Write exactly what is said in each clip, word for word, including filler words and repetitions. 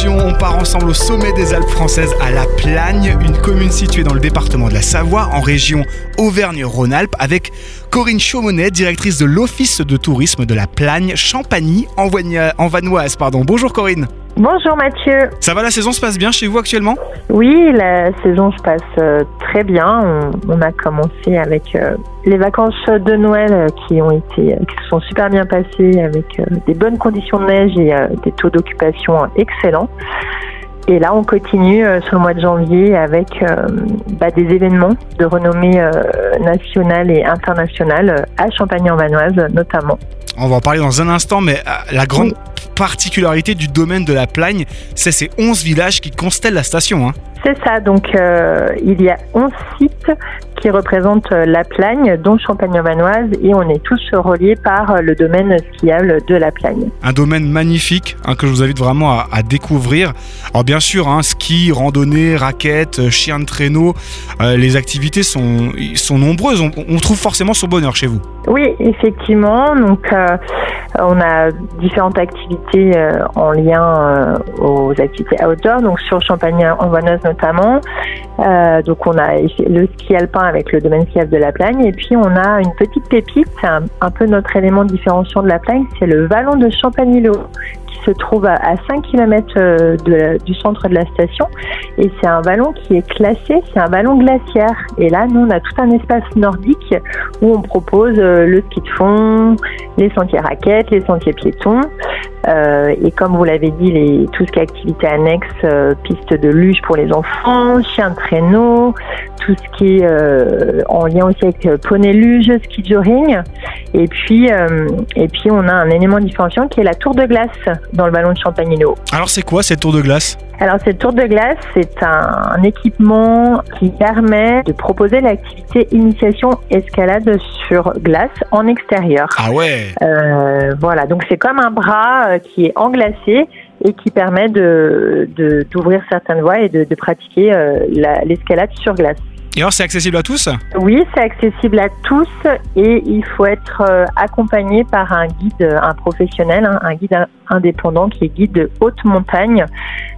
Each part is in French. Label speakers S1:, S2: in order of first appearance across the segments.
S1: destination, on part ensemble au sommet des Alpes françaises à La Plagne, une commune située dans le département de la Savoie, en région Auvergne-Rhône-Alpes, avec Corinne Chaumonnet, directrice de l'Office de tourisme de La Plagne, Champagny, en, Voigna- en Vanoise. Pardon. Bonjour Corinne.
S2: Bonjour Mathieu.
S1: Ça va, la saison se passe bien chez vous actuellement ?
S2: Oui, la saison se passe euh, très bien. On, on a commencé avec euh, les vacances de Noël euh, qui ont été, euh, qui se sont super bien passées avec euh, des bonnes conditions de neige et euh, des taux d'occupation euh, excellents. Et là, on continue euh, sur le mois de janvier avec euh, bah, des événements de renommée euh, nationale et internationale euh, à Champagny-en-Vanoise notamment.
S1: On va en parler dans un instant, mais la grande oui. particularité du domaine de La Plagne, c'est ces onze villages qui constellent la station. Hein.
S2: C'est ça, donc euh, il y a onze sites qui représentent La Plagne, dont Champagny-en-Vanoise, et on est tous reliés par le domaine skiable de La Plagne.
S1: Un domaine magnifique hein, que je vous invite vraiment à, à découvrir. Alors bien sûr, hein, ski, randonnée, raquettes, chiens de traîneau, euh, les activités sont, sont nombreuses. On, on trouve forcément son bonheur chez vous.
S2: Oui, effectivement. Donc, euh, on a différentes activités euh, en lien euh, aux activités outdoor, donc sur Champagny-en-Vanoise notamment. Euh, donc, on a le ski alpin avec le domaine skiable de La Plagne, et puis on a une petite pépite, c'est un, un peu notre élément différenciant de La Plagne, c'est le vallon de Champagny-le-Haut, qui se trouve à, à cinq kilomètres de la, du centre de la station, et c'est un vallon qui est classé, c'est un vallon glaciaire. Et là, nous, on a tout un espace nordique où on propose euh, le ski de fond, les sentiers raquettes, les sentiers piétons. Euh, et comme vous l'avez dit, les, tout ce qui est activités annexes, euh, pistes de luge pour les enfants, chiens de traîneau, tout ce qui est euh, en lien aussi avec euh, poney luge, ski joring. Et puis, euh, et puis, on a un élément différenciant qui est la tour de glace dans le vallon de Champagny-le-Haut.
S1: Alors, c'est quoi cette tour de glace ?
S2: Alors, cette tour de glace, c'est un, un équipement qui permet de proposer l'activité initiation escalade sur glace en extérieur.
S1: Ah ouais.
S2: Euh, voilà, donc c'est comme un bras euh, qui est englacé et qui permet de, de d'ouvrir certaines voies et de, de pratiquer euh, la, l'escalade sur glace.
S1: Et alors, c'est accessible à tous ?
S2: Oui, c'est accessible à tous et il faut être euh, accompagné par un guide, un professionnel, hein, un guide indépendant qui est guide de haute montagne.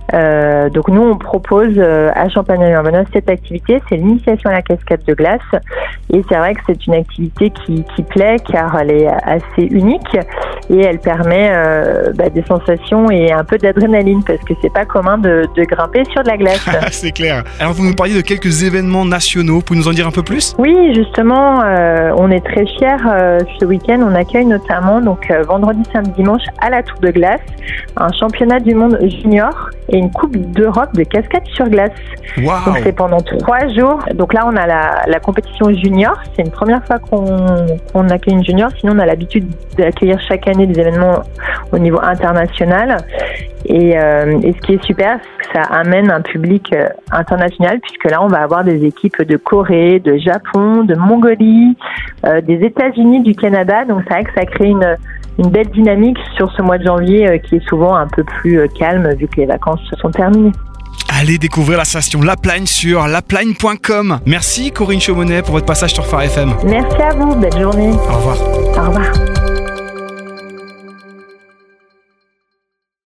S2: Euh, donc nous, on propose euh, à Champagny-en-Vanoise cette activité, c'est l'initiation à la cascade de glace. Et c'est vrai que c'est une activité qui, qui plaît car elle est assez unique et elle permet euh, bah, des sensations et un peu d'adrénaline parce que c'est pas commun de, de grimper sur de la glace.
S1: C'est clair. Alors vous nous parliez de quelques événements nationaux, vous pouvez nous en dire un peu plus ?
S2: Oui, justement, euh, on est très fiers. Euh, ce week-end, on accueille notamment donc euh, vendredi, samedi, dimanche à la Tour de Glace un championnat du monde junior et une coupe d'Europe de cascade sur glace.
S1: Wow.
S2: Donc c'est pendant trois jours. Donc là, on a la, la compétition junior. C'est une première fois qu'on, qu'on accueille une junior. Sinon, on a l'habitude d'accueillir chaque année des événements au niveau international. Et, euh, et ce qui est super, c'est que ça amène un public euh, international, puisque là, on va avoir des équipes de Corée, de Japon, de Mongolie, euh, des États-Unis, du Canada. Donc c'est vrai que ça crée une une belle dynamique sur ce mois de janvier euh, qui est souvent un peu plus euh, calme vu que les vacances sont terminées.
S1: Allez découvrir la station La Plagne sur laplagne point com. Merci Corinne Chaumonnet pour votre passage sur Phare F M.
S2: Merci à vous, belle journée.
S1: Au revoir.
S2: Au revoir.